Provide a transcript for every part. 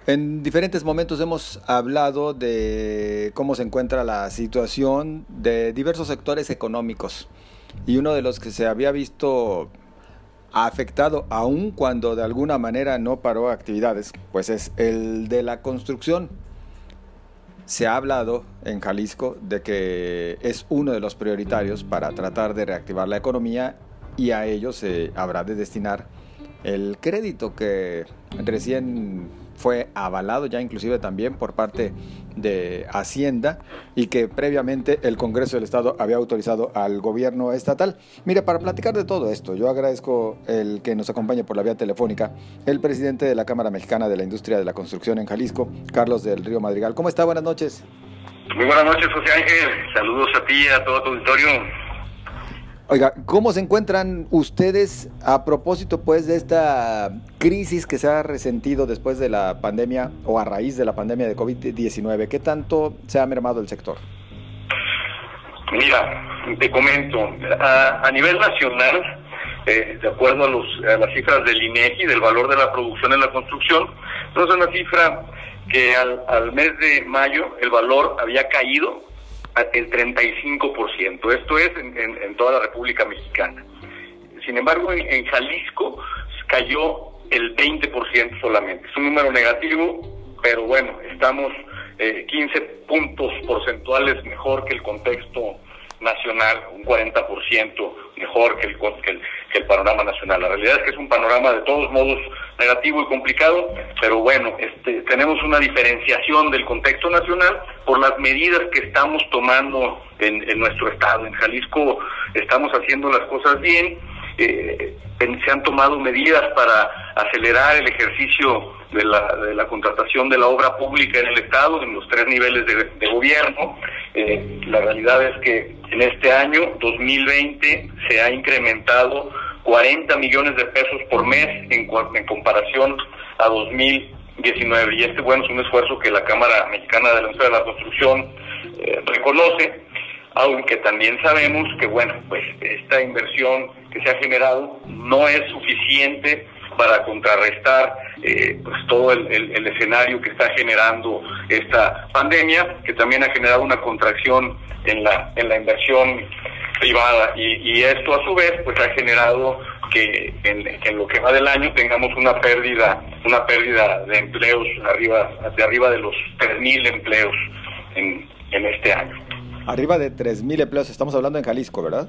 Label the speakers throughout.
Speaker 1: En diferentes momentos hemos hablado de cómo se encuentra la situación de diversos sectores económicos y uno de los que se había visto afectado, aun cuando de alguna manera no paró actividades, pues es el de la construcción. Se ha hablado en Jalisco de que es uno de los prioritarios para tratar de reactivar la economía y a ello se habrá de destinar el crédito que recién fue avalado ya inclusive también por parte de Hacienda y que previamente el Congreso del Estado había autorizado al gobierno estatal. Mire, para platicar de todo esto, yo agradezco el que nos acompañe por la vía telefónica el presidente de la Cámara Mexicana de la Industria de la Construcción en Jalisco, Carlos del Río Madrigal. ¿Cómo está? Buenas noches.
Speaker 2: Muy buenas noches, José Ángel. Saludos a ti y a todo tu auditorio.
Speaker 1: Oiga, ¿cómo se encuentran ustedes a propósito pues de esta crisis que se ha resentido después de la pandemia o a raíz de la pandemia de COVID-19? ¿Qué tanto se ha mermado el sector?
Speaker 2: Mira, te comento, a nivel nacional, de acuerdo a las cifras del INEGI, del valor de la producción en la construcción, entonces una cifra que al mes de mayo el valor había caído el 35%, esto es en toda la República Mexicana. Sin embargo, en Jalisco cayó el 20% solamente. Es un número negativo, pero bueno, estamos 15 puntos porcentuales mejor que el contexto nacional, un 40% mejor que el panorama nacional. La realidad es que es un panorama de todos modos negativo y complicado, pero bueno, tenemos una diferenciación del contexto nacional por las medidas que estamos tomando en nuestro estado. En Jalisco estamos haciendo las cosas bien. Se han tomado medidas para acelerar el ejercicio de la contratación de la obra pública en el estado, en los 3 niveles de gobierno. La realidad es que en este año 2020 se ha incrementado 40 millones de pesos por mes en comparación a 2019, y bueno, es un esfuerzo que la Cámara Mexicana de la Industria de la Construcción reconoce, aunque también sabemos que bueno, pues esta inversión que se ha generado no es suficiente para contrarrestar pues todo el escenario que está generando esta pandemia, que también ha generado una contracción en la inversión privada, y esto a su vez pues ha generado que en lo que va del año tengamos una pérdida de empleos de arriba de los 3,000 empleos en este año.
Speaker 1: Arriba de 3,000 empleos, estamos hablando en Jalisco, ¿verdad?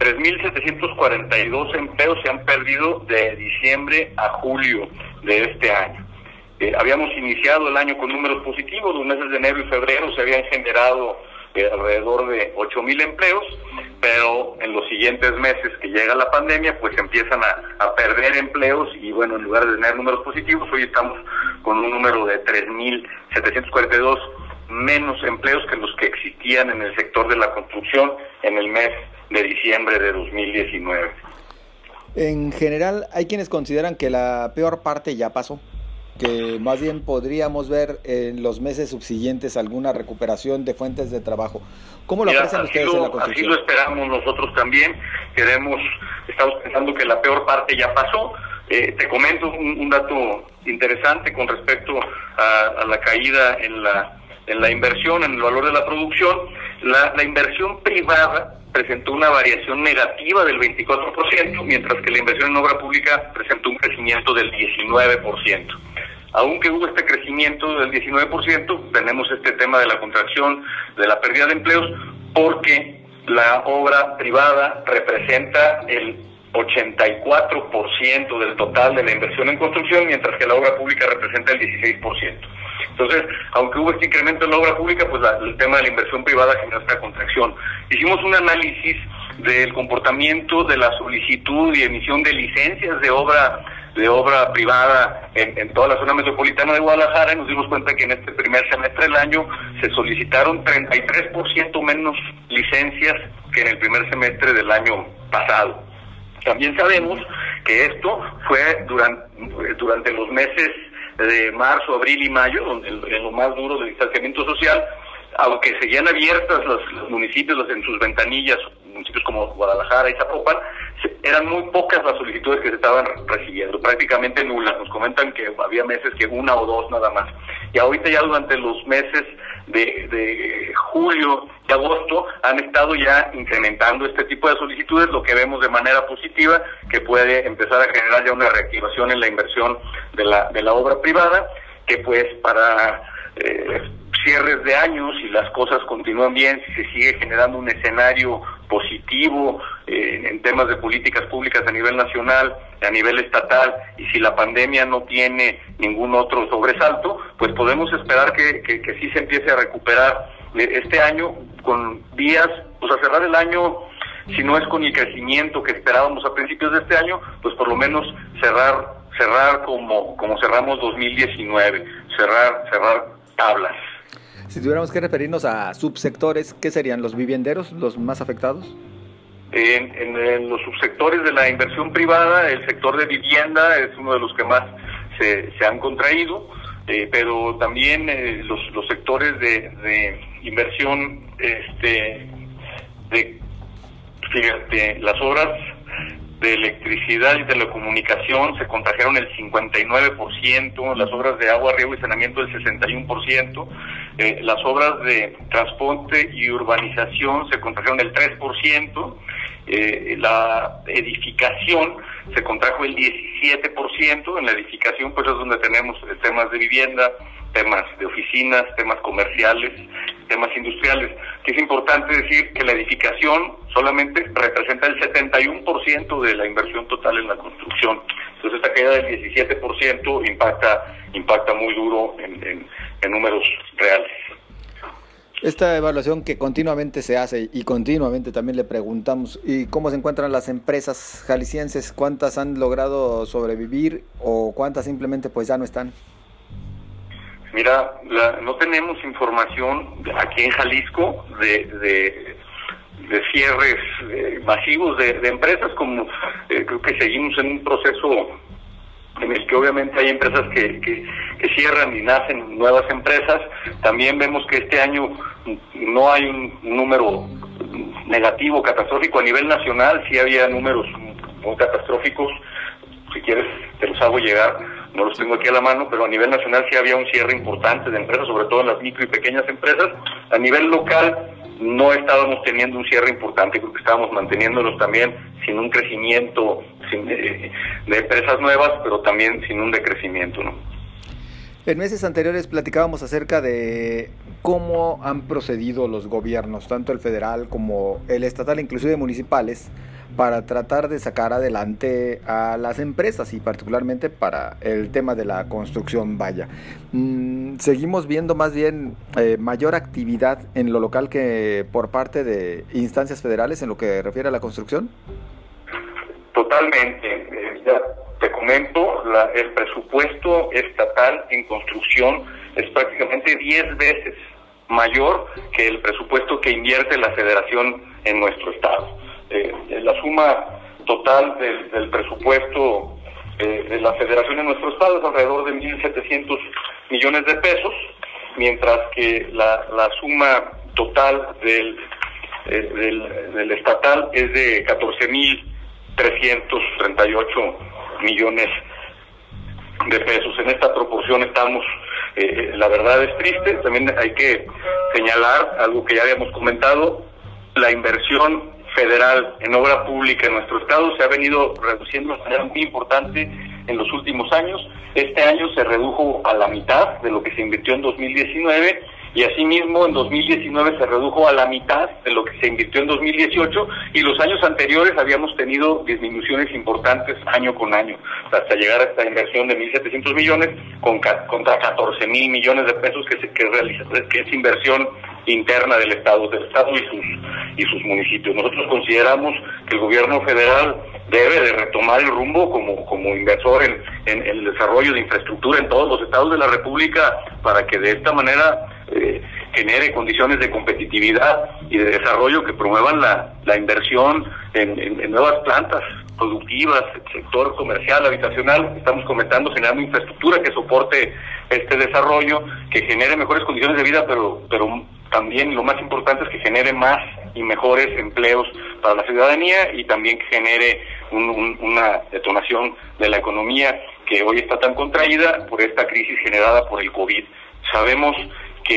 Speaker 2: 3,742 empleos se han perdido de diciembre a julio de este año. Habíamos iniciado el año con números positivos, los meses de enero y febrero se habían generado alrededor de 8,000 empleos, pero en los siguientes meses que llega la pandemia, pues empiezan a perder empleos y bueno, en lugar de tener números positivos, hoy estamos con un número de 3,742 menos empleos que los que existían en el sector de la construcción en el mes de diciembre de 2019.
Speaker 1: En general, hay quienes consideran que la peor parte ya pasó, que más bien podríamos ver en los meses subsiguientes alguna recuperación de fuentes de trabajo. ¿Cómo lo aprecian ustedes en la construcción?
Speaker 2: Así lo esperamos nosotros también. Estamos pensando que la peor parte ya pasó. Te comento un dato interesante con respecto a la caída en la inversión, en el valor de la producción. La inversión privada presentó una variación negativa del 24%, mientras que la inversión en obra pública presentó un crecimiento del 19%. Aunque hubo este crecimiento del 19%, tenemos este tema de la contracción, de la pérdida de empleos, porque la obra privada representa el 84% del total de la inversión en construcción, mientras que la obra pública representa el 16%. Entonces, aunque hubo este incremento en la obra pública, pues el tema de la inversión privada generó esta contracción. Hicimos un análisis del comportamiento de la solicitud y emisión de licencias de obra privada en toda la zona metropolitana de Guadalajara, y nos dimos cuenta que en este primer semestre del año se solicitaron 33% menos licencias que en el primer semestre del año pasado. También sabemos que esto fue durante los meses de marzo, abril y mayo, en lo más duro del distanciamiento social, aunque seguían abiertas los municipios en sus ventanillas municipios como Guadalajara y Zapopan, eran muy pocas las solicitudes que se estaban recibiendo, prácticamente nulas. Nos comentan que había meses que una o dos nada más. Y ahorita ya durante los meses de julio y agosto han estado ya incrementando este tipo de solicitudes, lo que vemos de manera positiva, que puede empezar a generar ya una reactivación en la inversión de la obra privada, que pues para cierres de años, si las cosas continúan bien, si se sigue generando un escenario positivo en temas de políticas públicas a nivel nacional, a nivel estatal, y si la pandemia no tiene ningún otro sobresalto, pues podemos esperar que sí se empiece a recuperar este año con vías, pues a cerrar el año, si no es con el crecimiento que esperábamos a principios de este año, pues por lo menos cerrar como cerramos 2019, cerrar tablas.
Speaker 1: Si tuviéramos que referirnos a subsectores, ¿qué serían los vivienderos los más afectados?
Speaker 2: En los subsectores de la inversión privada, el sector de vivienda es uno de los que más se han contraído, pero también los sectores de inversión, fíjate, las obras de electricidad y telecomunicación se contrajeron el 59%, las obras de agua, riego y saneamiento el 61%, las obras de transporte y urbanización se contrajeron el 3%, la edificación se contrajo el 17%, en la edificación pues es donde tenemos temas de vivienda, temas de oficinas, temas comerciales, temas industriales, que es importante decir que la edificación solamente representa el 71% de la inversión total en la construcción. Entonces esta caída del 17% impacta muy duro en números reales.
Speaker 1: Esta evaluación que continuamente se hace y continuamente también le preguntamos, ¿y cómo se encuentran las empresas jaliscienses? ¿Cuántas han logrado sobrevivir o cuántas simplemente pues ya no están?
Speaker 2: Mira, no tenemos información aquí en Jalisco de cierres masivos de empresas, como creo que seguimos en un proceso en el que obviamente hay empresas que cierran y nacen nuevas empresas. También vemos que este año no hay un número negativo, catastrófico a nivel nacional. Sí había números muy catastróficos, si quieres te los hago llegar, no los tengo aquí a la mano, pero a nivel nacional sí había un cierre importante de empresas, sobre todo en las micro y pequeñas empresas. A nivel local no estábamos teniendo un cierre importante, creo que estábamos manteniéndonos también sin un crecimiento de empresas nuevas, pero también sin un decrecimiento, ¿no?
Speaker 1: En meses anteriores platicábamos acerca de cómo han procedido los gobiernos, tanto el federal como el estatal, inclusive municipales, para tratar de sacar adelante a las empresas y particularmente para el tema de la construcción, vaya. Seguimos viendo más bien mayor actividad en lo local que por parte de instancias federales en lo que refiere a la construcción.
Speaker 2: Totalmente. Ya te comento, el presupuesto estatal en construcción es prácticamente 10 veces mayor que el presupuesto que invierte la federación en nuestro estado. La suma total del presupuesto de la federación en nuestro estado es alrededor de 1.700 millones de pesos, mientras que la suma total del estatal es de 14.338 millones de pesos. En esta proporción estamos, la verdad es triste. También hay que señalar algo que ya habíamos comentado: la inversión federal en obra pública en nuestro estado se ha venido reduciendo de manera muy importante en los últimos años. Este año se redujo a la mitad de lo que se invirtió en 2019, y asimismo en 2019 se redujo a la mitad de lo que se invirtió en 2018, y los años anteriores habíamos tenido disminuciones importantes año con año, hasta llegar a esta inversión de 1.700 millones contra 14.000 millones de pesos que es inversión interna del Estado y sus municipios. Nosotros consideramos que el gobierno federal debe de retomar el rumbo como inversor en el desarrollo de infraestructura en todos los estados de la República, para que de esta manera genere condiciones de competitividad y de desarrollo que promuevan la inversión en nuevas plantas productivas, sector comercial, habitacional. Estamos comentando generando infraestructura que soporte este desarrollo, que genere mejores condiciones de vida, pero también lo más importante es que genere más y mejores empleos para la ciudadanía y también que genere una detonación de la economía que hoy está tan contraída por esta crisis generada por el COVID. Sabemos que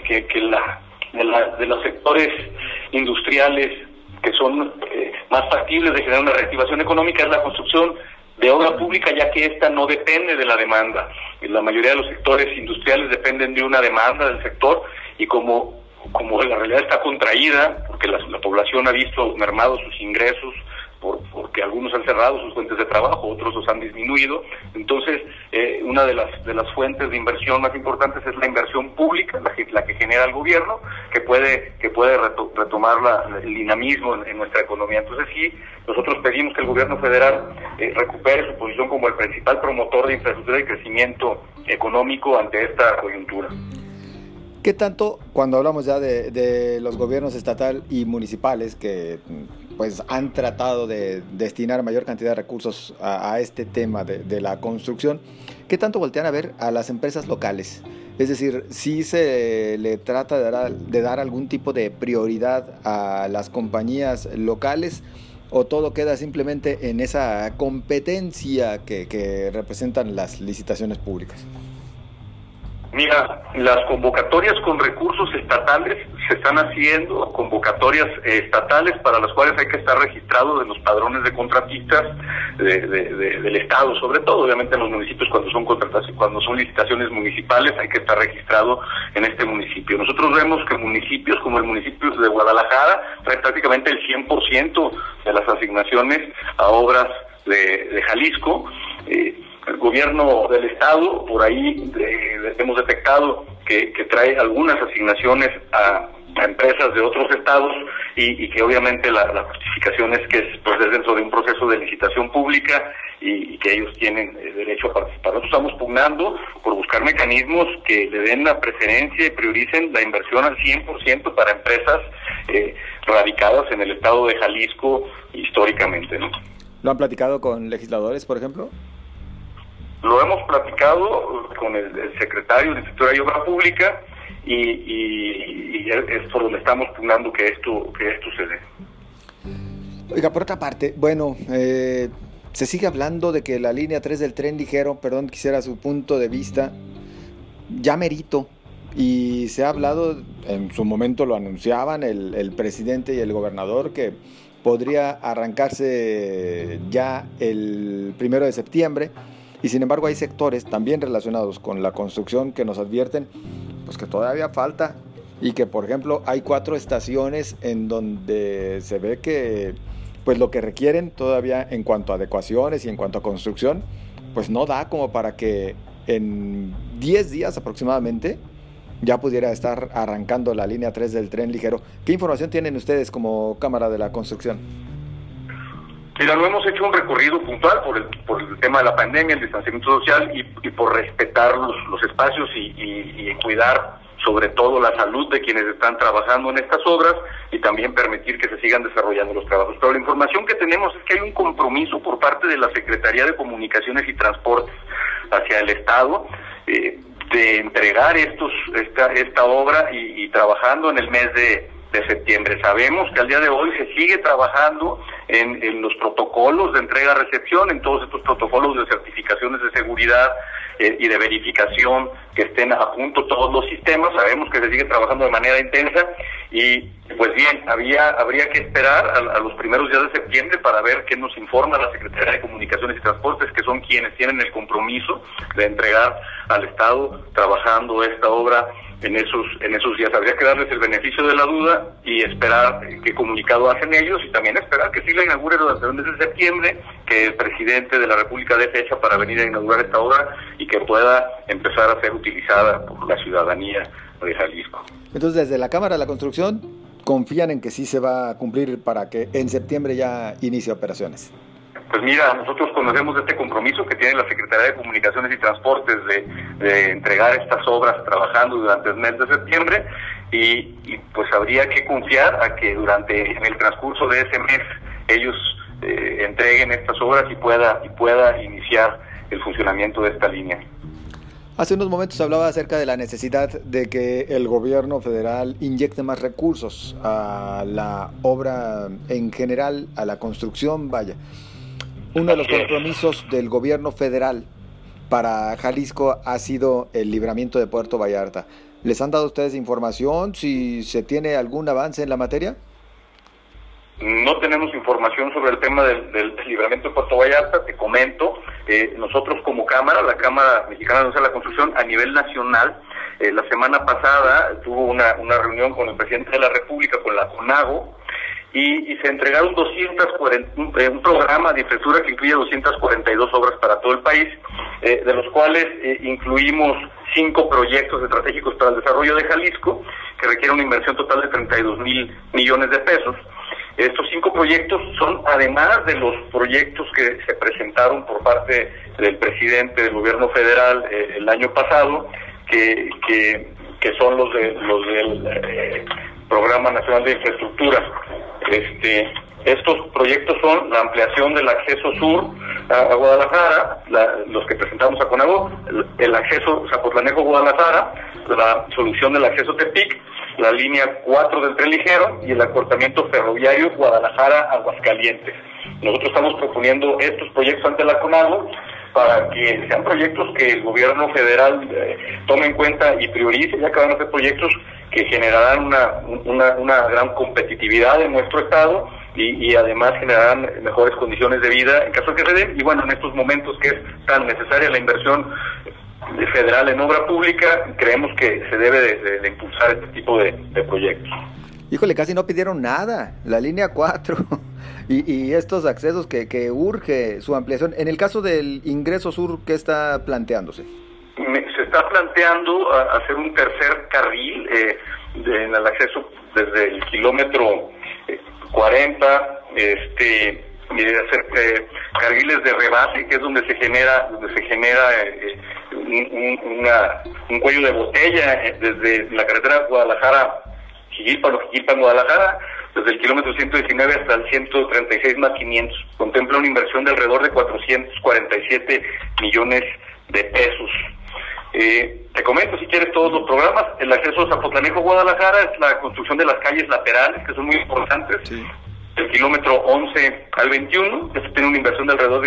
Speaker 2: de los sectores industriales que son más factibles de generar una reactivación económica es la construcción de obra pública, ya que esta no depende de la demanda. La mayoría de los sectores industriales dependen de una demanda del sector y como la realidad está contraída, porque la población ha visto mermados sus ingresos, porque algunos han cerrado sus fuentes de trabajo, otros los han disminuido. Entonces, una de las fuentes de inversión más importantes es la inversión pública, la que genera el gobierno, que puede retomar el dinamismo en nuestra economía. Entonces, sí, nosotros pedimos que el gobierno federal recupere su posición como el principal promotor de infraestructura y crecimiento económico ante esta coyuntura.
Speaker 1: ¿Qué tanto, cuando hablamos ya de los gobiernos estatal y municipales que pues han tratado de destinar mayor cantidad de recursos a este tema de la construcción, qué tanto voltean a ver a las empresas locales? Es decir, ¿sí se le trata de dar algún tipo de prioridad a las compañías locales o todo queda simplemente en esa competencia que representan las licitaciones públicas?
Speaker 2: Mira, las convocatorias con recursos estatales se están haciendo, convocatorias estatales para las cuales hay que estar registrado en los padrones de contratistas del Estado, sobre todo, obviamente en los municipios cuando son licitaciones municipales hay que estar registrado en este municipio. Nosotros vemos que municipios como el municipio de Guadalajara trae prácticamente el 100% de las asignaciones a obras de Jalisco. El gobierno del estado, por ahí hemos detectado que trae algunas asignaciones a empresas de otros estados y que obviamente la justificación es que es dentro de un proceso de licitación pública y que ellos tienen derecho a participar. Nosotros estamos pugnando por buscar mecanismos que le den la preferencia y prioricen la inversión al 100% para empresas radicadas en el estado de Jalisco históricamente, ¿no?
Speaker 1: ¿Lo han platicado con legisladores, por ejemplo?
Speaker 2: Lo hemos platicado con el secretario de Infraestructura y Obra Pública y es por donde estamos pugnando que esto se dé.
Speaker 1: Oiga, por otra parte, bueno, se sigue hablando de que la línea 3 del tren ligero, quisiera su punto de vista, ya merito, y se ha hablado, en su momento lo anunciaban el presidente y el gobernador, que podría arrancarse ya el 1 de septiembre, y sin embargo hay sectores también relacionados con la construcción que nos advierten pues que todavía falta y que, por ejemplo, hay 4 estaciones en donde se ve que pues lo que requieren todavía en cuanto a adecuaciones y en cuanto a construcción pues no da como para que en 10 días aproximadamente ya pudiera estar arrancando la línea 3 del tren ligero. ¿Qué información tienen ustedes como Cámara de la Construcción?
Speaker 2: Mira, no hemos hecho un recorrido puntual por el tema de la pandemia, el distanciamiento social y por respetar los espacios y cuidar sobre todo la salud de quienes están trabajando en estas obras y también permitir que se sigan desarrollando los trabajos. Pero la información que tenemos es que hay un compromiso por parte de la Secretaría de Comunicaciones y Transportes hacia el Estado de entregar esta obra y trabajando en el mes de septiembre. Sabemos que al día de hoy se sigue trabajando en los protocolos de entrega-recepción, en todos estos protocolos de certificaciones de seguridad y de verificación, que estén a punto todos los sistemas. Sabemos que se sigue trabajando de manera intensa y pues bien, habría que esperar a los primeros días de septiembre para ver qué nos informa la Secretaría de Comunicaciones y Transportes, que son quienes tienen el compromiso de entregar al Estado trabajando esta obra en esos días. Habría que darles el beneficio de la duda y esperar qué comunicado hacen ellos y también esperar que sí la inaugure durante el mes de septiembre, que el presidente de la República dé fecha para venir a inaugurar esta obra y que pueda empezar a ser utilizada por la ciudadanía de Jalisco.
Speaker 1: Entonces, desde la Cámara de la Construcción, ¿confían en que sí se va a cumplir para que en septiembre ya inicie operaciones?
Speaker 2: Pues mira, nosotros conocemos este compromiso que tiene la Secretaría de Comunicaciones y Transportes de entregar estas obras trabajando durante el mes de septiembre y pues habría que confiar a que en el transcurso de ese mes ellos entreguen estas obras y pueda iniciar el funcionamiento de esta línea.
Speaker 1: Hace unos momentos hablaba acerca de la necesidad de que el gobierno federal inyecte más recursos a la obra en general, a la construcción, vaya. Uno de los compromisos del gobierno federal para Jalisco ha sido el libramiento de Puerto Vallarta. ¿Les han dado ustedes información si se tiene algún avance en la materia?
Speaker 2: No tenemos información sobre el tema del libramiento de Puerto Vallarta. Te comento, nosotros como Cámara, la Cámara Mexicana de la Construcción a nivel nacional, la semana pasada tuvo una reunión con el presidente de la República, con la CONAGO, y se entregaron un programa de infraestructura que incluye 242 obras para todo el país, de los cuales incluimos 5 proyectos estratégicos para el desarrollo de Jalisco, que requieren una inversión total de 32,000 millones de pesos. Estos 5 proyectos son, además de los proyectos que se presentaron por parte del presidente del gobierno federal el año pasado, que son los del Programa Nacional de Infraestructura. Estos proyectos son la ampliación del acceso sur a Guadalajara, los que presentamos a CONAGO, el acceso Zapotlanejo-Guadalajara, la solución del acceso Tepic, la línea 4 del tren ligero y el acortamiento ferroviario Guadalajara-Aguascalientes. Nosotros estamos proponiendo estos proyectos ante la CONAGO para que sean proyectos que el gobierno federal tome en cuenta y priorice, ya que van a ser proyectos que generarán una gran competitividad en nuestro estado y además generarán mejores condiciones de vida en caso de que se den. Y bueno, en estos momentos que es tan necesaria la inversión federal en obra pública, creemos que se debe de impulsar este tipo de proyectos.
Speaker 1: Híjole, casi no pidieron nada, la línea 4 y estos accesos que urge su ampliación. En el caso del ingreso sur, ¿qué está planteándose?
Speaker 2: Se está planteando hacer un tercer carril en el acceso desde el kilómetro 40, hacer carriles de rebase, que es donde se genera un cuello de botella desde la carretera Guadalajara-Jiquilpan o Jiquilpan-Guadalajara, desde el kilómetro 119 hasta el 136 más 500. Contempla una inversión de alrededor de 447 millones de pesos. Te comento, si quieres, todos los programas. El acceso a Zapotlanejo-Guadalajara es la construcción de las calles laterales, que son muy importantes. Sí. El kilómetro 11 al 21, esto tiene una inversión de alrededor de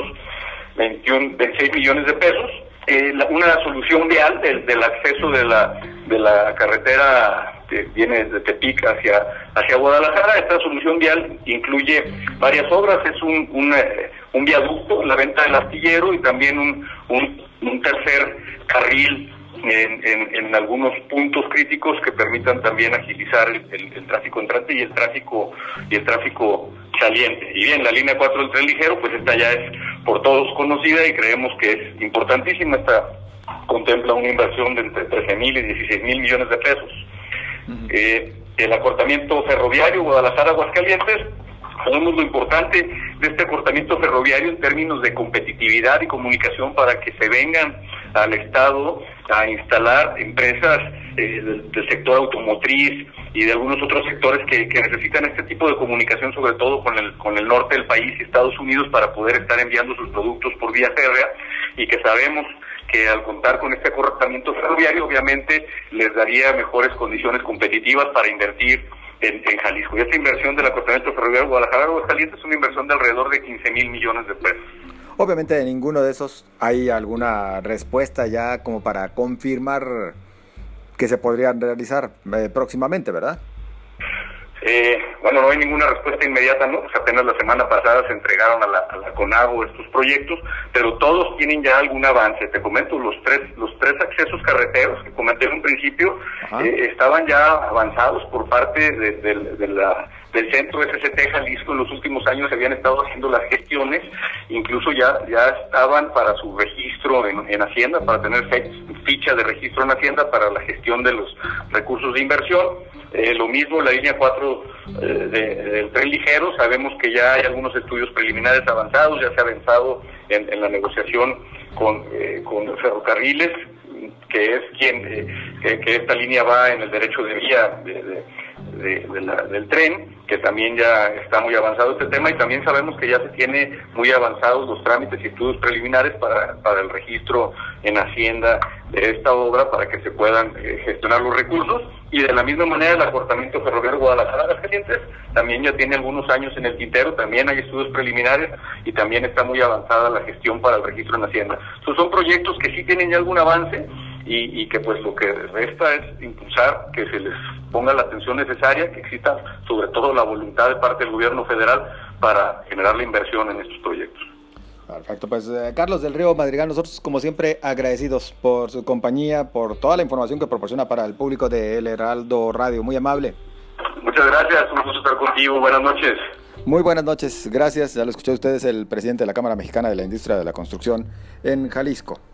Speaker 2: 526 millones de pesos. Una solución vial del acceso de la carretera que viene de Tepic hacia Guadalajara. Esta solución vial incluye varias obras, es un viaducto, la venta del astillero y también un tercer carril en algunos puntos críticos que permitan también agilizar el tráfico entrante y el tráfico saliente. Y bien, la línea 4 del tren ligero, pues esta ya es por todos conocida y creemos que es importantísima. Esta contempla una inversión de entre 13,000 y 16,000 millones de pesos. El acortamiento ferroviario Guadalajara-Aguascalientes, sabemos lo importante de este acortamiento ferroviario en términos de competitividad y comunicación para que se vengan al estado a instalar empresas del sector automotriz y de algunos otros sectores que necesitan este tipo de comunicación, sobre todo con el norte del país y Estados Unidos, para poder estar enviando sus productos por vía férrea, y que sabemos que al contar con este acortamiento ferroviario obviamente les daría mejores condiciones competitivas para invertir en Jalisco. Y esta inversión del acortamiento ferroviario Guadalajara-Aguascalientes es una inversión de alrededor de 15,000 millones de pesos.
Speaker 1: Obviamente de ninguno de esos hay alguna respuesta ya como para confirmar que se podrían realizar próximamente, ¿verdad?
Speaker 2: Bueno, no hay ninguna respuesta inmediata, ¿no? Pues apenas la semana pasada se entregaron a la CONAGO estos proyectos, pero todos tienen ya algún avance. Te comento, los tres accesos carreteros que comenté en un principio estaban ya avanzados por parte del centro SCT Jalisco. En los últimos años se habían estado haciendo las gestiones, incluso ya estaban para su registro en Hacienda, para tener ficha de registro en Hacienda para la gestión de los recursos de inversión. Lo mismo la línea 4 del tren ligero, sabemos que ya hay algunos estudios preliminares avanzados, ya se ha avanzado en la negociación con Ferrocarriles, que es que esta línea va en el derecho de vía del tren, que también ya está muy avanzado este tema, y también sabemos que ya se tiene muy avanzados los trámites y estudios preliminares para el registro en Hacienda de esta obra, para que se puedan gestionar los recursos. Y de la misma manera el acortamiento ferroviario Guadalajara-Aguascalientes también ya tiene algunos años en el tintero, también hay estudios preliminares y también está muy avanzada la gestión para el registro en Hacienda. Entonces son proyectos que sí tienen ya algún avance, y que pues lo que resta es impulsar que se les ponga la atención necesaria, que exista sobre todo la voluntad de parte del gobierno federal para generar la inversión en estos proyectos.
Speaker 1: Perfecto, pues Carlos del Río Madrigal, nosotros como siempre agradecidos por su compañía, por toda la información que proporciona para el público de El Heraldo Radio, muy amable.
Speaker 2: Muchas gracias, un gusto estar contigo, buenas noches.
Speaker 1: Muy buenas noches, gracias, ya lo escuchó ustedes, el presidente de la Cámara Mexicana de la Industria de la Construcción en Jalisco.